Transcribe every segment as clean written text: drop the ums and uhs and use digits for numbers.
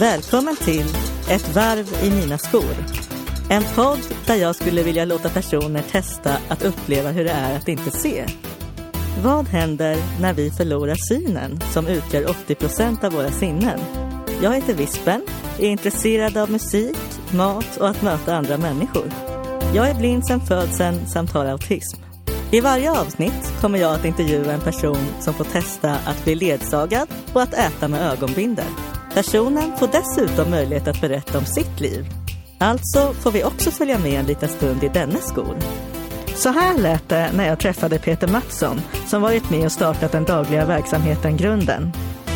Välkommen till Ett varv i mina skor. En podd där jag skulle vilja låta personer testa att uppleva hur det är att inte se. Vad händer när vi förlorar synen som utgör 80% av våra sinnen? Jag heter Vispen, är intresserad av musik, mat och att möta andra människor. Jag är blind sedan födseln samt har autism. I varje avsnitt kommer jag att intervjua en person som får testa att bli ledsagad och att äta med ögonbindel. Personen får dessutom möjlighet att berätta om sitt liv. Alltså får vi också följa med en liten stund i dennes skor. Så här lät det när jag träffade Peter Mattsson som varit med och startat den dagliga verksamheten Grunden.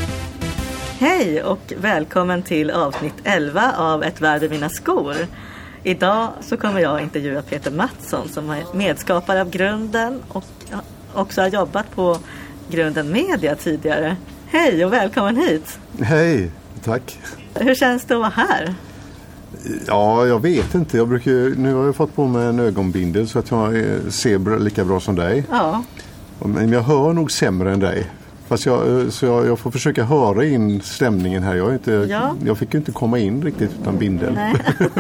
Hej och välkommen till avsnitt 11 av Ett varv i mina skor. Idag så kommer jag intervjua Peter Mattsson som är medskapare av Grunden och också har jobbat på Grunden Media tidigare. Hej och välkommen hit. Hej, tack. Hur känns det att vara här? Ja, jag vet inte. Nu har jag fått på mig en ögonbindel så att jag ser lika bra som dig. Ja. Men jag hör nog sämre än dig. Fast jag får försöka höra in stämningen här. Jag fick ju inte komma in riktigt utan bindel. Nej.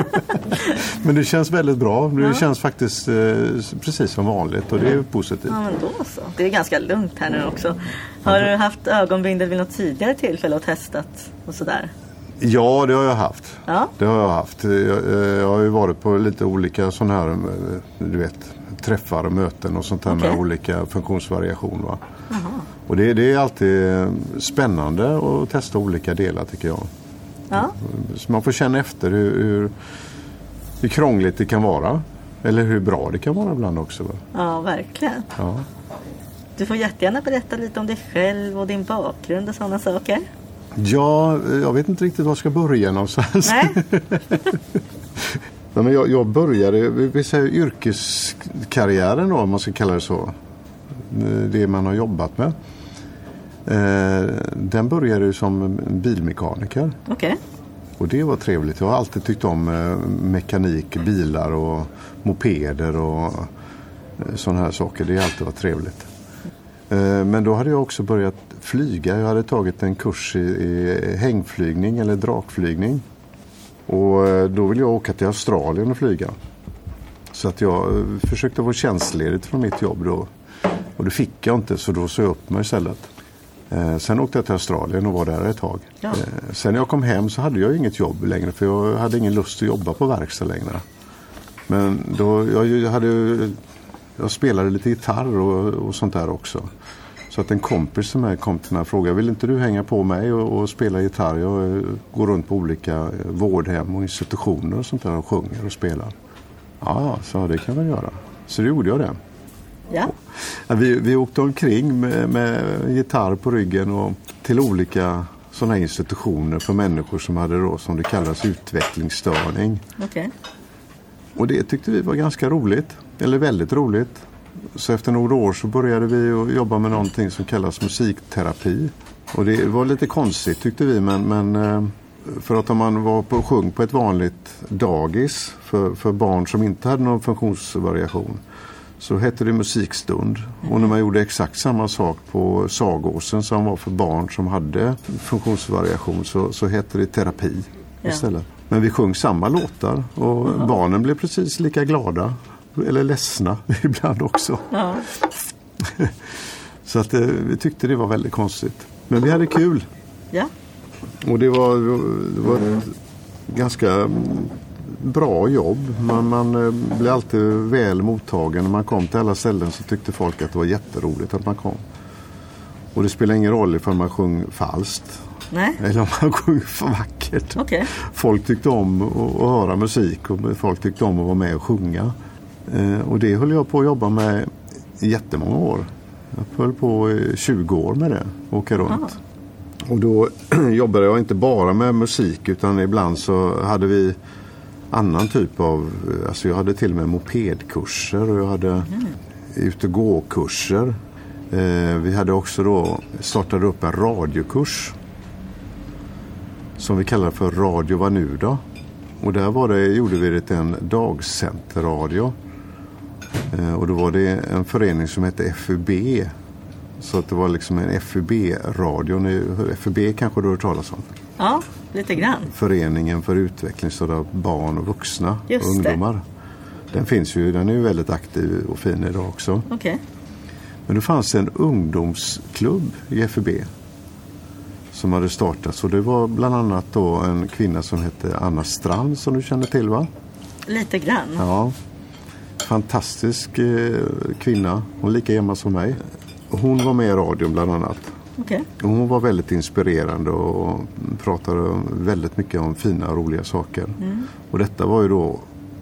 Men det känns väldigt bra. Det känns faktiskt precis som vanligt och det är positivt. Ja, men då så. Det är ganska lugnt här nu också. Har du haft ögonbindel vid något tidigare tillfälle och testat och sådär? Ja, det har jag haft. Ja. Det har jag haft. Jag har ju varit på lite olika sådana här, du vet, träffar och möten och sånt här med olika funktionsvariation, va? Aha. Och det är alltid spännande att testa olika delar, tycker jag. Ja. Så man får känna efter hur krångligt det kan vara. Eller hur bra det kan vara ibland också, va? Ja, verkligen. Ja. Du får jättegärna berätta lite om dig själv och din bakgrund och sådana saker. Ja, jag vet inte riktigt var jag ska börja någonstans. Nej. Men jag började, vi säger yrkeskarriären då, om man ska kalla det så. Det man har jobbat med. Den började ju som bilmekaniker. Okej. Och det var trevligt. Jag har alltid tyckt om mekanik, bilar och mopeder och sådana här saker. Det har alltid varit trevligt. Men då hade jag också börjat flyga. Jag hade tagit en kurs i hängflygning eller drakflygning. Och då ville jag åka till Australien och flyga. Så att jag försökte få tjänstledigt från mitt jobb då. Och det fick jag inte, så då såg jag upp mig istället. Sen åkte jag till Australien och var där ett tag. Ja. Sen när jag kom hem så hade jag inget jobb längre, för jag hade ingen lust att jobba på verkstad längre. Men då, jag spelade lite gitarr och sånt där också. Så att en kompis som kom till den här frågan: vill inte du hänga på mig och spela gitarr? Jag går runt på olika vårdhem och institutioner och sånt där och sjunger och spelar. Ja, så det kan jag göra. Så det gjorde jag det. Ja. Vi åkte omkring med gitarr på ryggen och till olika sådana här institutioner för människor som hade då, som det kallas, utvecklingsstörning. Okay. Och det tyckte vi var ganska roligt, eller väldigt roligt. Så efter några år så började vi att jobba med någonting som kallas musikterapi. Och det var lite konstigt, tyckte vi, men för att om man var på sjung på ett vanligt dagis för barn som inte hade någon funktionsvariation, så hette det musikstund. Och när man gjorde exakt samma sak på Sagåsen som var för barn som hade funktionsvariation, så hette det terapi istället. Men vi sjöng samma låtar och barnen blev precis lika glada. Eller ledsna ibland också. Ja. Så att vi tyckte det var väldigt konstigt. Men vi hade kul. Ja. Och det var ett ganska bra jobb. Man blev alltid väl mottagen. När man kom till alla ställen så tyckte folk att det var jätteroligt att man kom. Och det spelar ingen roll ifall man sjöng falskt. Nej. Eller om man sjöng för vackert. Okay. Folk tyckte om att höra musik och folk tyckte om att vara med och sjunga. Och det höll jag på att jobba med i jättemånga år. Jag höll på i 20 år med det, åka runt. Aha. Och då jobbade jag inte bara med musik, utan ibland så hade vi annan typ av, alltså jag hade till och med mopedkurser och jag hade ut- och gå-kurser. Vi hade också då startat upp en radiokurs som vi kallar för Radio Vad nu då? Och där gjorde vi det till en dagcenterradio. Och då var det en förening som hette FUB. Så att det var liksom en FUB-radio. FUB kanske du har hört talas om. Ja, lite grann. Föreningen för utvecklingsstörda barn och vuxna Just och ungdomar. Den finns ju, den är ju väldigt aktiv och fin idag också. Okej. Men det fanns en ungdomsklubb i FUB som hade startats. Och det var bland annat då en kvinna som hette Anna Strand, som du känner till, va? Lite grann. Ja, fantastisk kvinna. Hon är lika gammal som mig. Hon var med i radion bland annat. Okej. Och hon var väldigt inspirerande och pratade väldigt mycket om fina och roliga saker. Och detta var ju då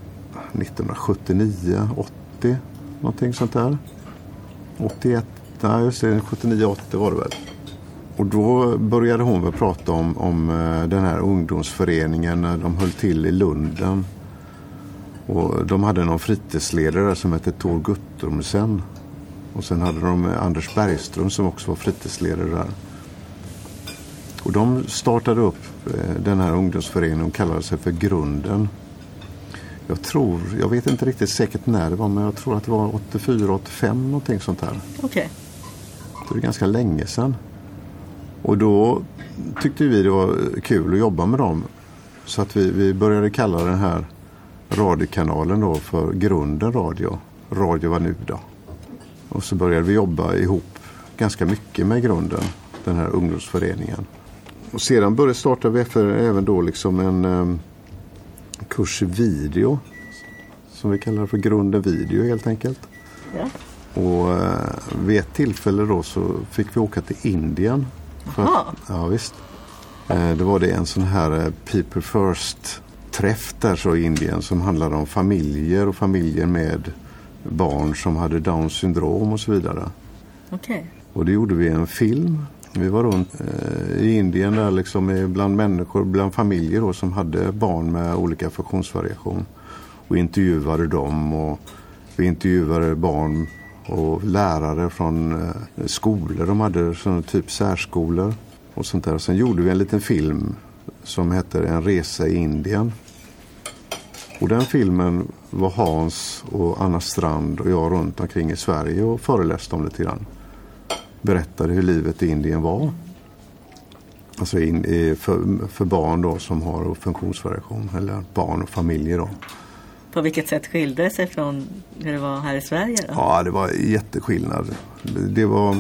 1979, 80, någonting sånt där. 81, nej just det, 79-80 var det väl. Och då började hon väl prata om den här ungdomsföreningen när de höll till i Lunden. Och de hade någon fritidsledare som hette Tor Guttormsen. Och sen hade de Anders Bergström som också var fritidsledare där. Och de startade upp den här ungdomsföreningen och kallade sig för Grunden. Jag vet inte riktigt säkert när det var, men jag tror att det var 84-85 någonting sånt här. Okej. Det är ganska länge sedan. Och då tyckte vi det var kul att jobba med dem. Så att vi började kalla den här radiokanalen då för Grunden Radio. Radio var nu då. Och så började vi jobba ihop ganska mycket med Grunden, den här ungdomsföreningen. Och sedan startade vi även då liksom en kurs video som vi kallar för Grunden Video helt enkelt. Ja. Och vid ett tillfälle då så fick vi åka till Indien. Ja visst. Det var det en sån här People First träff där så i Indien som handlade om familjer och familjer med barn som hade Downs syndrom och så vidare. Okej. Och det gjorde vi en film. Vi var runt i Indien där liksom bland människor, bland familjer då, som hade barn med olika funktionsvariation. Och intervjuade dem och vi intervjuade barn och lärare från skolor. De hade sådana typ särskolor och sånt där. Sen gjorde vi en liten film som heter En resa i Indien. Och den filmen var Hans och Anna Strand och jag runt omkring i Sverige och föreläste om lite grann. Berättade hur livet i Indien var. Alltså för barn då som har funktionsvariation eller barn och familjer då. På vilket sätt skilde det sig från hur det var här i Sverige då? Ja, det var jätteskillnad. Det var,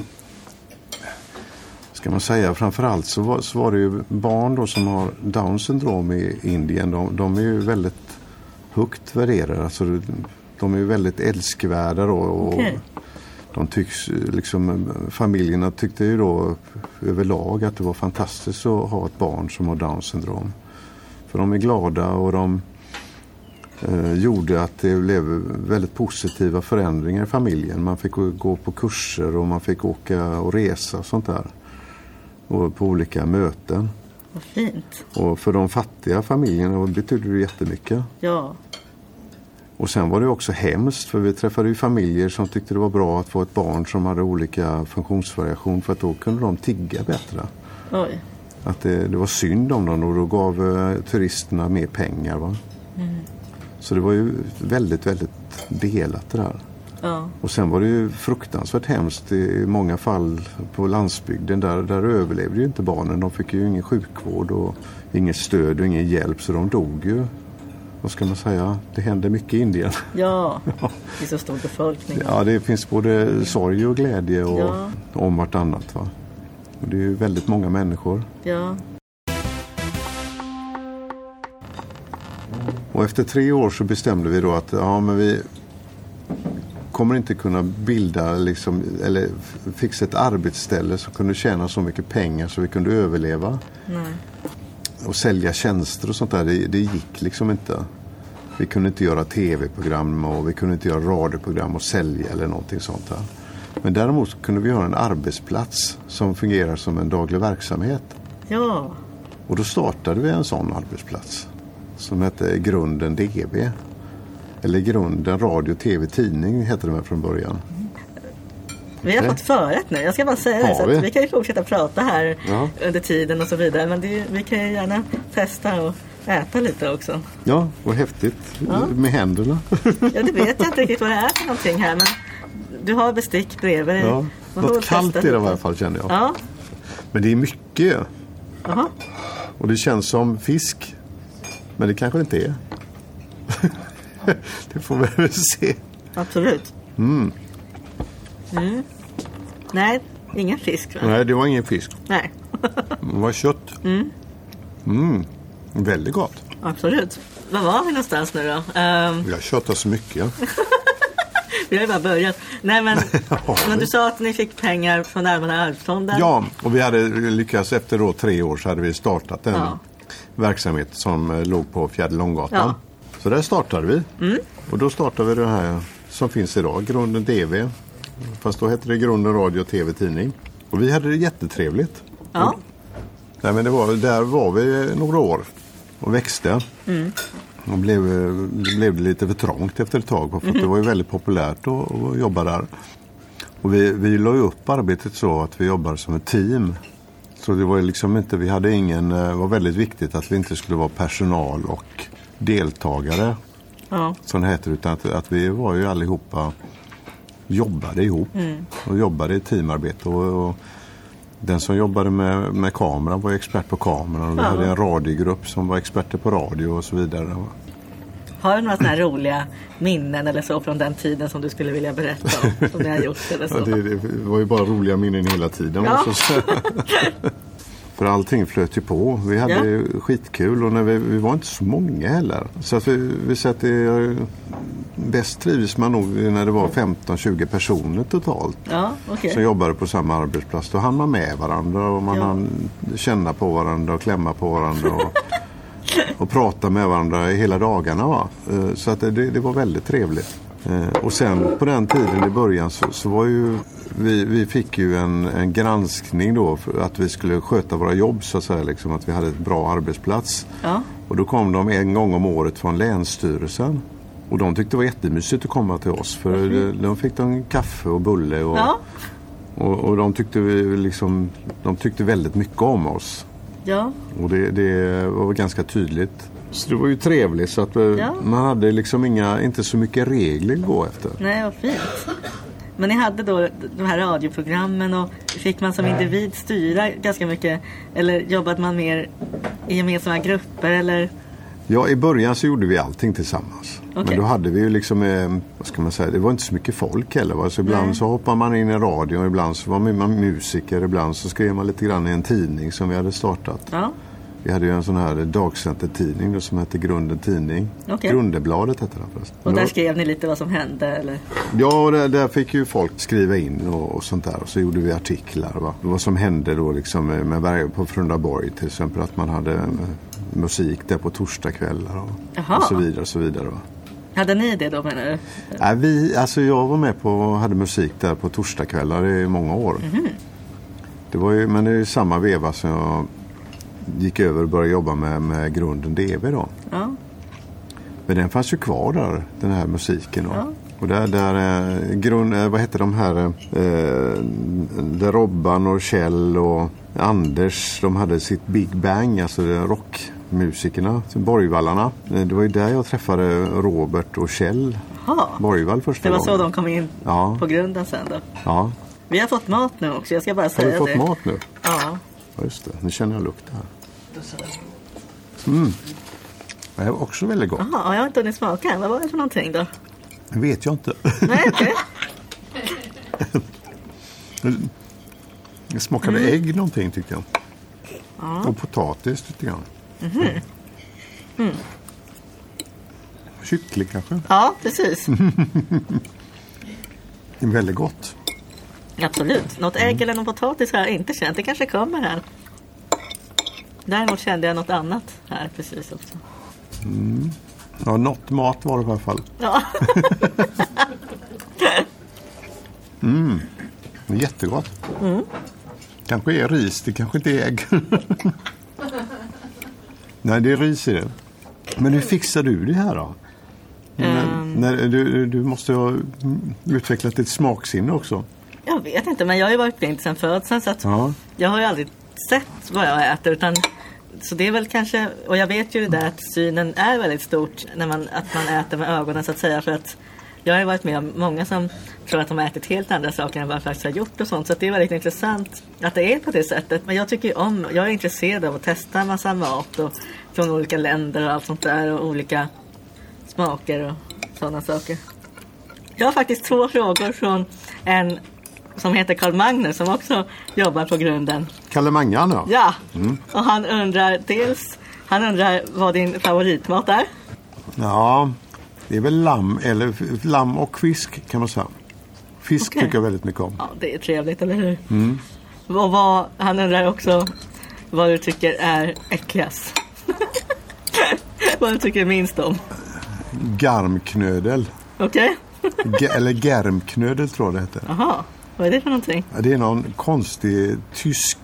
ska man säga, framförallt så var det ju barn då som har Downs syndrom i Indien. De är ju väldigt högt värderade. Alltså, de är ju väldigt älskvärda då. Och de tycks liksom, familjerna tyckte ju då överlag att det var fantastiskt att ha ett barn som har Downs syndrom. För de är glada och de gjorde att det blev väldigt positiva förändringar i familjen. Man fick gå på kurser och man fick åka och resa och sånt där. Och på olika möten. Vad fint. Och för de fattiga familjerna betydde det jättemycket. Ja. Och sen var det också hemskt för vi träffade ju familjer som tyckte det var bra att få ett barn som hade olika funktionsvariation för att då kunde de tigga bättre. Oj. Att det var synd om dem och då gav turisterna mer pengar, va? Så det var ju väldigt, väldigt delat det där. Ja. Och sen var det ju fruktansvärt hemskt i många fall på landsbygden. Där överlevde ju inte barnen. De fick ju ingen sjukvård och inget stöd och ingen hjälp så de dog ju. Vad ska man säga? Det hände mycket i Indien. Ja, det är så stor befolkning. Ja, det finns både sorg och glädje och om vartannat, va? Och det är ju väldigt många människor. Ja. Och efter 3 år så bestämde vi då att men vi kommer inte kunna bilda liksom, eller fixa ett arbetsställe som kunde tjäna så mycket pengar så vi kunde överleva. Nej. Och sälja tjänster och sånt där, det gick liksom inte. Vi kunde inte göra tv-program och vi kunde inte göra radioprogram och sälja eller någonting sånt där. Men däremot kunde vi göra en arbetsplats som fungerar som en daglig verksamhet. Ja. Och då startade vi en sån arbetsplats som hette Grunden DB. Eller Grunden Radio TV Tidning hette det från början. Vi har fått förrätt nu, jag ska bara säga det. Så att vi kan ju fortsätta prata här under tiden och så vidare. Men vi kan ju gärna testa och äta lite också. Ja, vad häftigt. Ja. Med händerna. Ja, det vet jag inte riktigt vad det är för någonting här. Men du har bestick bredvid dig. Ja, något kallt är det i alla fall känner jag. Ja. Men det är mycket. Jaha. Och det känns som fisk. Men det kanske inte är. Det får vi väl se. Absolut. Nej, ingen fisk. Va? Nej, det var ingen fisk. Nej. Det var kött. Väldigt gott. Absolut. Var var vi någonstans nu då? Jag köttar så mycket. Ja. Vi har ju bara börjat. Nej, men du sa att ni fick pengar från Allmänna arvsfonden. Ja, och vi hade lyckats efter då 3 år så hade vi startat en verksamhet som låg på Fjärde Långgatan. Ja. Så där startade vi. Och då startade vi det här som finns idag, Grunden TV. Fast då hette det Grunden Radio och TV-tidning. Och vi hade det jättetrevligt. Ja. Nej, men där var vi några år och växte. Och blev det lite för trångt efter ett tag. För att det var ju väldigt populärt att jobba där. Och vi la ju upp arbetet så att vi jobbade som ett team. Så det var liksom inte, det var väldigt viktigt att vi inte skulle vara personal och deltagare. Ja. Som det heter, utan att vi var ju allihopa jobbade ihop. Och jobbade i teamarbete och den som jobbade med kameran var expert på kameran. Och vi hade en radiogrupp som var experter på radio och så vidare. Har du några sådana här roliga minnen eller så från den tiden som du skulle vilja berätta om? Som ni har gjort eller så? Ja, det var ju bara roliga minnen hela tiden. Ja. För allting flöt ju på. Vi hade ju skitkul och vi var inte så många heller. Så att vi sett det, bäst trivs man nog när det var 15-20 personer totalt. Ja, okay. Som jobbade på samma arbetsplats. Då hann man med varandra och man hann känna på varandra och klämma på varandra och prata med varandra hela dagarna. Va? Så att det var väldigt trevligt. Och sen på den tiden i början så var ju vi fick ju en granskning då för att vi skulle sköta våra jobb så att säga, liksom, att vi hade ett bra arbetsplats. Ja. Och då kom de en gång om året från Länsstyrelsen. Och de tyckte det var jättemysigt att komma till oss för de fick en kaffe och bulle och de tyckte väldigt mycket om oss. Ja. Och det var ganska tydligt. Så det var ju trevligt så att man hade liksom inte så mycket regler att gå efter. Nej, vad fint. Men ni hade då de här radioprogrammen och fick man som individ styra ganska mycket eller jobbade man mer i gemensamma grupper eller? Ja, i början så gjorde vi allting tillsammans. Okay. Men då hade vi ju liksom, vad ska man säga, det var inte så mycket folk heller. Så ibland så hoppade man in i radio, ibland så var man musiker, ibland så skrev man lite grann i en tidning som vi hade startat. Ja. Vi hade ju en sån här dagcentertidning som hette Grunden tidning. Okay. Grundebladet hette den förresten. Och där skrev ni lite vad som hände eller? Ja, och där fick ju folk skriva in och sånt där. Och så gjorde vi artiklar. Va? Vad som hände då liksom på Frundaborg till exempel. Att man hade musik där på torsdagskvällar och så vidare och så vidare. Va? Hade ni det då menar du? Nej, jag var med på och hade musik där på torsdagskvällar i många år. Mm-hmm. Det var ju, men det är ju samma veva som jag gick över och började jobba med Grunden DV då. Ja. Men den fanns ju kvar där, den här musiken då. Ja. Och vad heter de här där Robban och Kjell och Anders, de hade sitt Big Bang, alltså rockmusikerna, Borgvallarna. Det var ju där jag träffade Robert och Kjell. Borgvall första gången. Det var så de kom in på Grunden sen då. Ja. Vi har fått mat nu också, jag ska bara säga det. Har du fått mat nu? Ja. Just det, nu känner jag lukten här. Det är också väldigt gott. Jaha, jag har inte hunnit smaka. Vad var det för någonting då? Det vet jag inte. Nej, okej. Det smakade ägg någonting tyckte jag. Ja. Och potatis lite grann. Kyckling kanske? Ja, precis. Det är väldigt gott. Absolut. Något ägg eller någon potatis har jag inte känt. Det kanske kommer här. Däremot kände jag något annat här precis också. Ja, något mat var det i alla fall. Ja. Det är jättegott. Kanske är ris, det kanske inte är ägg. Nej, det är ris i det. Men hur fixar du det här då? När du måste ha utvecklat ett smaksinne också. Jag vet inte, men jag har ju varit blind sedan födseln så att jag har ju aldrig sett vad jag äter utan så det är väl kanske, och jag vet ju det där att synen är väldigt stort att man äter med ögonen så att säga för att Jag har ju varit med om många som tror att de har ätit helt andra saker än vad de faktiskt har gjort och sånt. Så det är väldigt intressant att det är på det sättet. Men jag tycker jag är intresserad av att testa en massa mat och från olika länder och allt sånt där. Och olika smaker och sådana saker. Jag har faktiskt 2 frågor från en som heter Carl Magnus som också jobbar på Grunden. Kalle Mangan, ja. Ja, och han undrar vad din favoritmat är. Ja, det är väl lamm och fisk kan man säga. Fisk tycker jag väldigt mycket om. Ja, det är trevligt, eller hur? Och han undrar också vad du tycker är äckligast. Vad du tycker minst om. Garmknödel. Okej. Eller germknödel tror jag det heter. Jaha, vad är det för någonting? Det är någon konstig tysk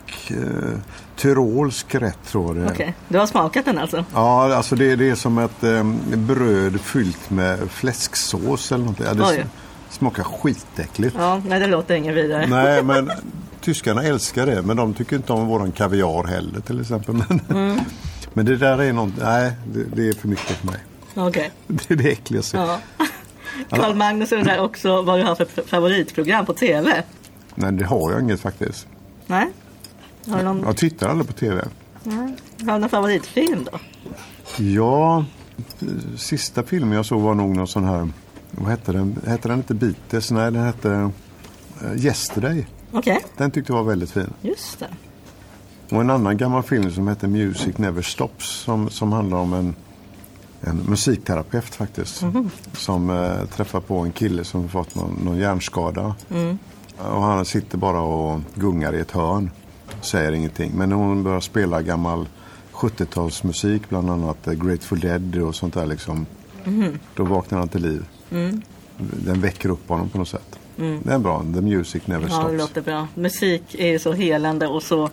tyrolsk rätt tror jag det är. Okej, du har smakat den alltså? Ja, alltså det är som ett bröd fyllt med fläsksås eller något. Ja, det smakar skitäckligt. Ja, nej det låter inget vidare. Nej, men tyskarna älskar det. Men de tycker inte om våran kaviar heller till exempel. Men det där är något, nej det är för mycket för mig. Okej. Det är det äckligaste. Ja. Carl Magnus undrar också vad du har för favoritprogram på tv. Nej, det har jag inget faktiskt. Nej? Har du någon... Jag tittar aldrig på tv. Nej. Har du någon favoritfilm då? Ja, sista filmen jag såg var nog någon sån här, vad hette den? Hette den inte Beatles? Nej, den hette Yesterday. Okej. Den tyckte jag var väldigt fin. Just det. Och en annan gammal film som heter Music Never Stops som handlar om en musikterapeut faktiskt. Som träffar på en kille som fått någon hjärnskada. Och han sitter bara och gungar i ett hörn. Säger ingenting. Men när hon börjar spela gammal 70-talsmusik, bland annat Grateful Dead och sånt där liksom. Då vaknar han till liv. Den väcker upp honom på något sätt. Det är bra. The Music Never Stops. Ja, det låter bra. Musik är ju så helande och så...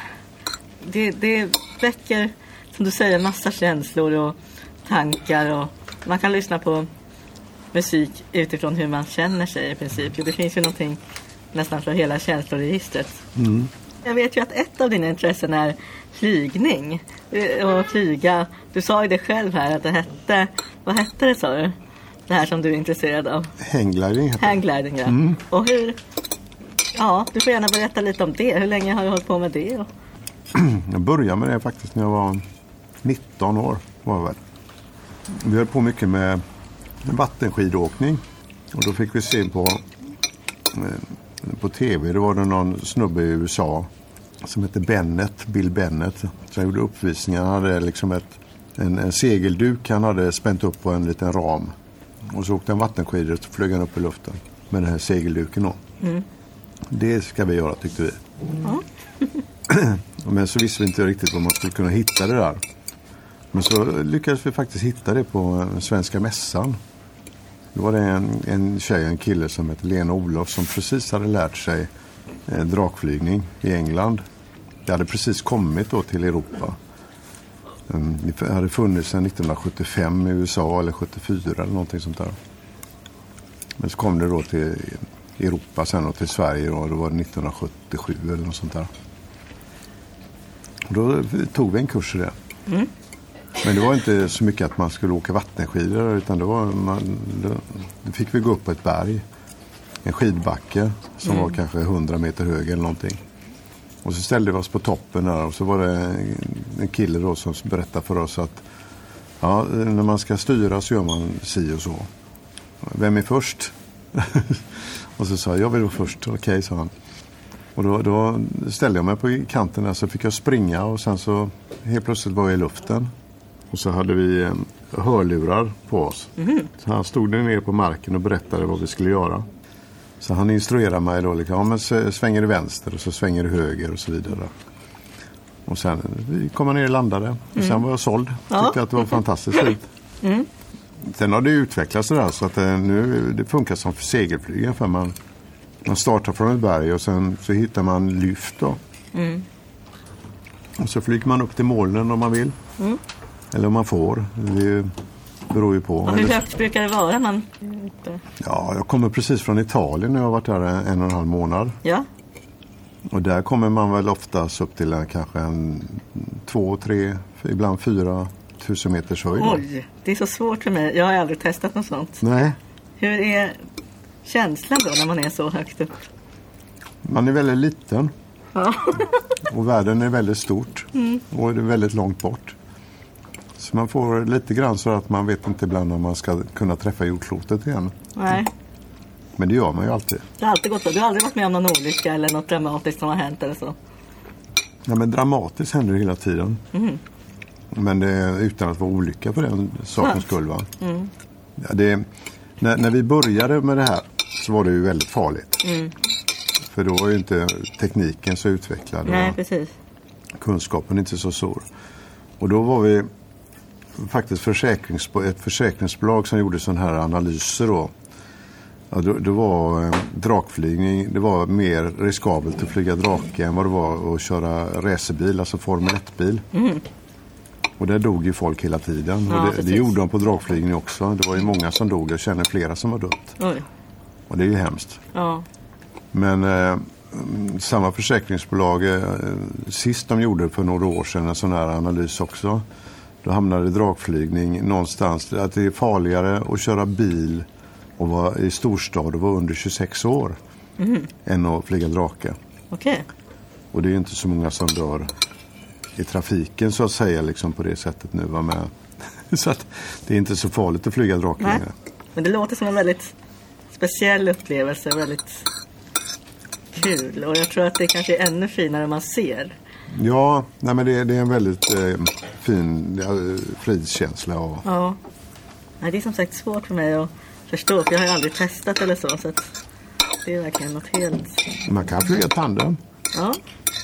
Det väcker, som du säger, massa känslor och tankar. Och man kan lyssna på musik utifrån hur man känner sig i princip. Det finns ju någonting nästan för hela känsloregistret. Jag vet ju att ett av dina intressen är flygning. Och flyga. Du sa ju det själv här att det hette... Vad hette det, sa du? Det här som du är intresserad av. Hanggliding heter det. Hanggliding, ja. Och hur... Ja, du får gärna berätta lite om det. Hur länge har du hållit på med det? Jag började med det faktiskt när jag var 19 år. Var jag väl. Vi höll på mycket med vattenskidåkning. Och då fick vi se på tv. Det var det någon snubbe i USA som hette Bill Bennett. Så han gjorde uppvisningar. Han hade liksom en segelduk han hade spänt upp på en liten ram. Och så åkte en vattenskidor och flög han upp i luften med den här segelduken då. Det ska vi göra, tyckte vi. Men så visste vi inte riktigt vad man skulle kunna hitta det där. Men så lyckades vi faktiskt hitta det på Svenska mässan. Då var det en tjej, en kille som heter Lena Olof som precis hade lärt sig drakflygning i England. Det hade precis kommit då till Europa. Det hade funnits sedan 1975 i USA eller 74 eller någonting sånt där. Men så kom det då till Europa sen och till Sverige och då var det 1977 eller något sånt där. Och då tog vi en kurs i det. Men det var inte så mycket att man skulle åka vattenskidor utan då fick vi gå upp på ett berg. En skidbacke som var kanske 100 meter hög eller någonting. Och så ställde vi oss på toppen där och så var det en kille då som berättade för oss att ja, när man ska styra så gör man si och så. Vem är först? Och så sa jag vill vara först. Okej, sa han. Och då ställde jag mig på kanten där så fick jag springa och sen så helt plötsligt var jag i luften. Och så hade vi hörlurar på oss. Så han stod där nere på marken och berättade vad vi skulle göra. Så han instruerade mig då liksom, ja, men svänger du vänster och så svänger du höger och så vidare. Och sen vi kom ner och landade. Och sen var jag såld. Tyckte att det var fantastiskt fint. Sen har det utvecklats där så att nu det funkar som för segelflygen för man startar från ett berg och sen så hittar man lyft då. Och så flyger man upp till molnen om man vill. Eller om man får. Det beror ju på. Och hur högt brukar det vara? Ja, jag kommer precis från Italien när jag har varit där 1,5 månad. Ja. Och där kommer man väl oftast upp till kanske 2, 3, ibland 4 000 meters höjd. Oj, det är så svårt för mig. Jag har aldrig testat något sånt. Nej. Hur är känslan då när man är så högt upp? Man är väldigt liten. Ja. Och världen är väldigt stort. Och det är väldigt långt bort. Så man får lite grann så att man vet inte ibland om man ska kunna träffa jordklotet igen. Nej. Men det gör man ju alltid. Det har alltid gått. Du har aldrig varit med om någon olycka eller något dramatiskt som har hänt eller så? Ja, men dramatiskt händer det hela tiden. Men det är utan att vara olycka på den sakens skull, va? Ja, när vi började med det här så var det ju väldigt farligt. För då var ju inte tekniken så utvecklad. Nej, precis. Kunskapen inte så stor. Och då var vi faktiskt ett försäkringsbolag som gjorde sådana här analyser då. Ja, då var drakflygning, det var mer riskabelt att flyga drake än vad det var att köra racerbil, alltså Formel 1-bil. Och där dog ju folk hela tiden. Ja, och det gjorde de på drakflygning också. Det var ju många som dog, jag känner flera som har dött. Oj. Och det är ju hemskt. Ja. Men samma försäkringsbolag, sist de gjorde för några år sedan en sån här analys också. Då hamnade drakflygning någonstans, att det är farligare att köra bil och vara i storstad och vara under 26 år än att flyga drake. Okej. Och det är ju inte så många som dör i trafiken så att säga liksom på det sättet nu var med. Så att det är inte så farligt att flyga drake längre. Men det låter som en väldigt speciell upplevelse, väldigt kul. Och jag tror att det kanske är ännu finare man ser. Ja, nej men det är en väldigt fin fridskänsla. Och... Ja. Nej, det är som sagt svårt för mig att förstå, för jag har ju aldrig testat eller så att det är verkligen något helt... Man kan flyga tandem. Ja.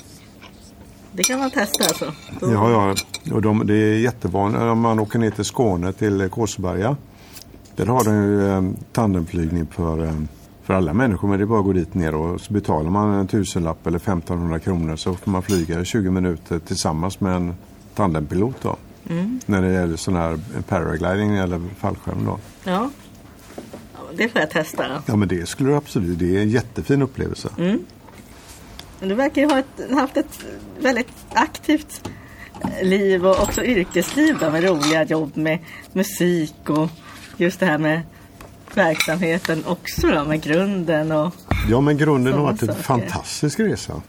Det kan man testa alltså. Ja. Och det är jättevanligt om man åker ner till Skåne, till Korsberga. Där har de ju tandemflygning för alla människor, men det är bara att gå dit ner och så betalar man en 1000-lapp eller 1500 kronor så får man flyga 20 minuter tillsammans med en tandempilot då. När det gäller sån här paragliding eller fallskärm då. Ja, det får jag testa. Ja, men det skulle du absolut, det är en jättefin upplevelse. Men du verkar ju ha haft ett väldigt aktivt liv och också yrkesliv då, med roliga jobb med musik och just det här med verksamheten också då, med grunden och... Ja, men grunden har varit en fantastisk resa.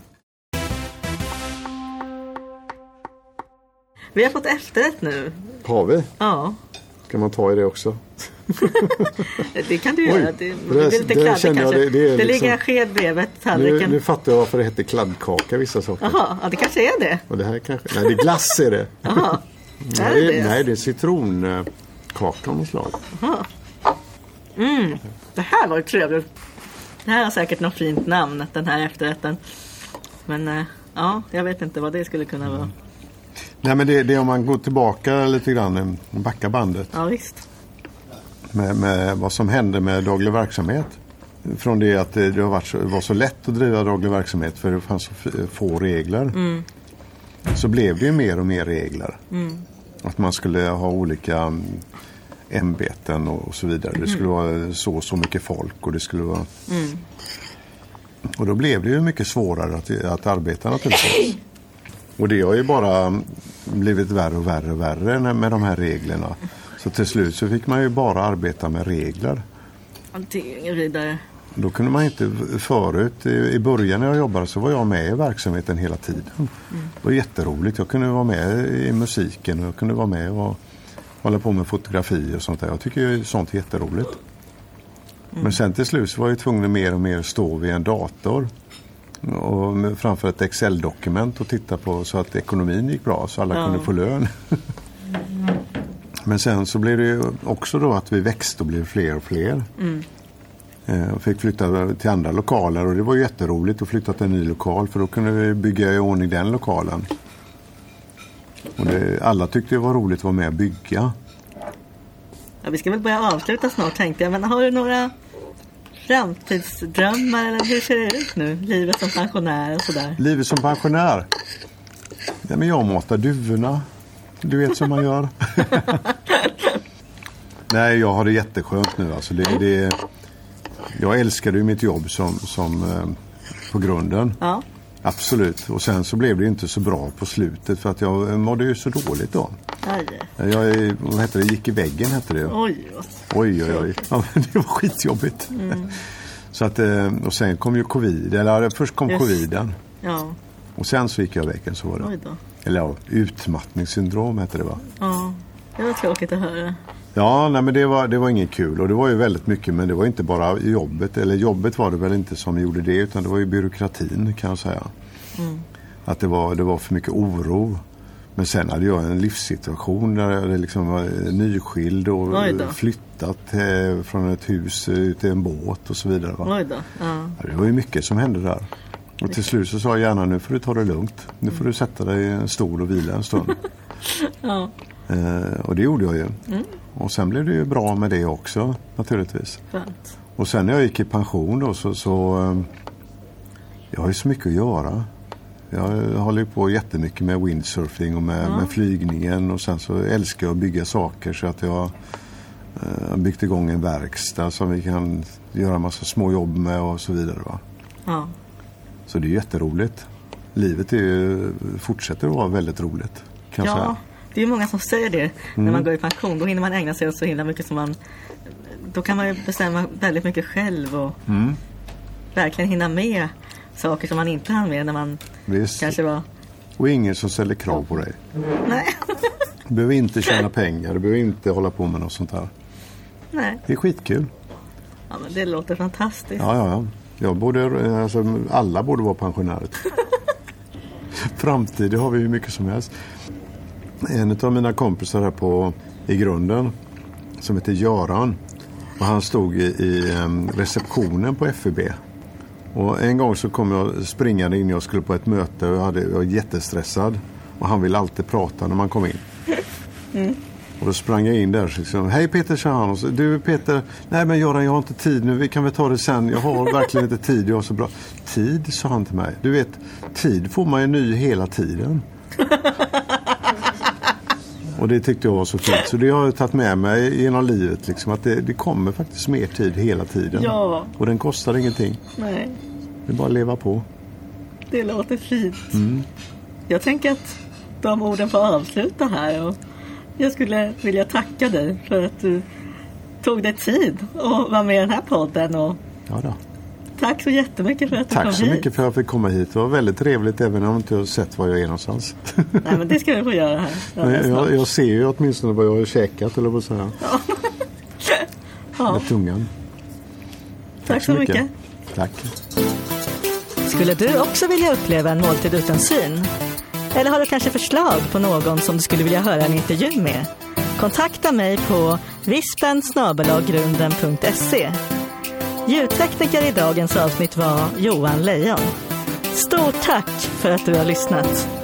Vi har fått efterrätt nu. Har vi? Ja. Kan man ta i det också? Det kan du göra. Det är lite kladdigt kanske. Det ligger en sked bredvid tallriken. Nu fattar jag varför det heter kladdkaka vissa saker. Jaha, ja, det kanske är det. Och det här kanske... Nej, det är glass är det. Jaha. Nej, det är citronkaka av något slag. Jaha. Det här var ju trevligt. Det här har säkert något fint namn, den här efterrätten. Men ja, jag vet inte vad det skulle kunna vara. Nej, men det är om man går tillbaka lite grann, backar bandet. Ja, visst. Med vad som hände med daglig verksamhet. Från det att det var så lätt att driva daglig verksamhet för det fanns så få regler. Så blev det ju mer och mer regler. Att man skulle ha olika ämbeten och så vidare. Det skulle vara så mycket folk och det skulle vara... Och då blev det ju mycket svårare att arbeta naturligtvis. Och det har ju bara blivit värre och värre med de här reglerna. Så till slut så fick man ju bara arbeta med regler. Det är ingen vidare. Då kunde man inte förut, i början när jag jobbade så var jag med i verksamheten hela tiden. Det var jätteroligt. Jag kunde vara med i musiken och jag kunde vara med och hålla på med fotografi och sånt där. Jag tycker ju sånt är jätteroligt. Men sen till slut så var jag tvungen mer och mer stå vid en dator och framför ett Excel-dokument och titta på så att ekonomin gick bra så alla kunde få lön. Men sen så blev det ju också då att vi växte och blev fler och fler. Och fick flytta till andra lokaler och det var jätteroligt att flytta till en ny lokal för då kunde vi bygga i ordning den lokalen. Och alla tyckte det var roligt att vara med och bygga. Ja, vi ska väl börja avsluta snart tänkte jag, men har du några framtidsdrömmar eller hur ser det ut nu? Livet som pensionär och sådär. Livet som pensionär? Ja, men jag matar duvorna. Du vet som man gör. Nej, jag har det jätteskönt nu. Alltså jag älskade ju mitt jobb som på grunden. Ja. Absolut. Och sen så blev det inte så bra på slutet för att jag mådde ju så dåligt då. Aj. Gick i väggen hette det. Oj. Ja, det var skitjobbigt. Så att, och sen kom ju covid. Eller först kom coviden. Ja. Och sen så gick jag i väggen, så var det. Oj då. Eller ja, utmattningssyndrom hette det, va? Ja, det var tråkigt att höra. Ja, nej, men det var inget kul. Och det var ju väldigt mycket, men det var inte bara jobbet. Eller jobbet var det väl inte som gjorde det, utan det var ju byråkratin, kan jag säga. Att det var för mycket oro. Men sen hade jag en livssituation där jag liksom var nyskild och flyttat från ett hus ut till en båt och så vidare. Va? Oj då. Ja. Det var ju mycket som hände där. Och till slut så sa jag gärna, nu får du ta det lugnt. Nu får du sätta dig i en stol och vila en stund. Ja. Och det gjorde jag ju. Och sen blev det ju bra med det också, naturligtvis. Skönt. Och sen när jag gick i pension då så jag har ju så mycket att göra. Jag håller på jättemycket med windsurfing och med flygningen. Och sen så älskar jag att bygga saker, så att jag har byggt igång en verkstad som vi kan göra en massa små jobb med och så vidare, va? Ja. Så det är jätteroligt. Livet fortsätter att vara väldigt roligt, kan jag säga. Det är ju många som säger det när man går i pension. Då hinner man ägna sig åt så himla mycket som då kan man ju bestämma väldigt mycket själv och verkligen hinna med saker som man inte hann med när man kanske var... Och ingen som ställer krav på dig. Nej. Du behöver inte tjäna pengar, du behöver inte hålla på med något sånt här. Nej. Det är skitkul. Ja, men det låter fantastiskt. Ja. Alla borde vara pensionärer. Framtid har vi ju mycket som helst. En av mina kompisar här i grunden, som heter Göran, och han stod i receptionen på FUB. Och en gång så kom jag springande in, jag skulle på ett möte och jag var jättestressad. Och han ville alltid prata när man kom in. Och då sprang jag in där och liksom, hej Peter, sa han. Och så, du Peter, nej men Göran, jag har inte tid nu, vi kan väl ta det sen. Jag har verkligen inte tid, jag har så bra. Tid, sa han till mig. Du vet, tid får man ju ny hela tiden. Och det tyckte jag var så fint. Så det har jag tagit med mig genom livet. Liksom, att det kommer faktiskt mer tid hela tiden. Ja. Och den kostar ingenting. Nej. Det är bara att leva på. Det låter fint. Jag tänker att de orden får avsluta här. Och jag skulle vilja tacka dig för att du tog dig tid och var med i den här podden. Och ja då. Tack så jättemycket för att du kom hit. Tack så mycket för att jag fick komma hit. Det var väldigt trevligt, även om jag inte har sett var jag är någonstans. Nej, men det ska vi få göra här. Jag ser ju åtminstone vad jag har käkat, eller vad säga. Ja. Med tungan. Tack så mycket. Tack. Skulle du också vilja uppleva en måltid utan syn? Eller har du kanske förslag på någon som du skulle vilja höra en intervju med? Kontakta mig på vispen@grunden.se. Ljudtekniker i dagens avsnitt var Johan Lejon. Stort tack för att du har lyssnat.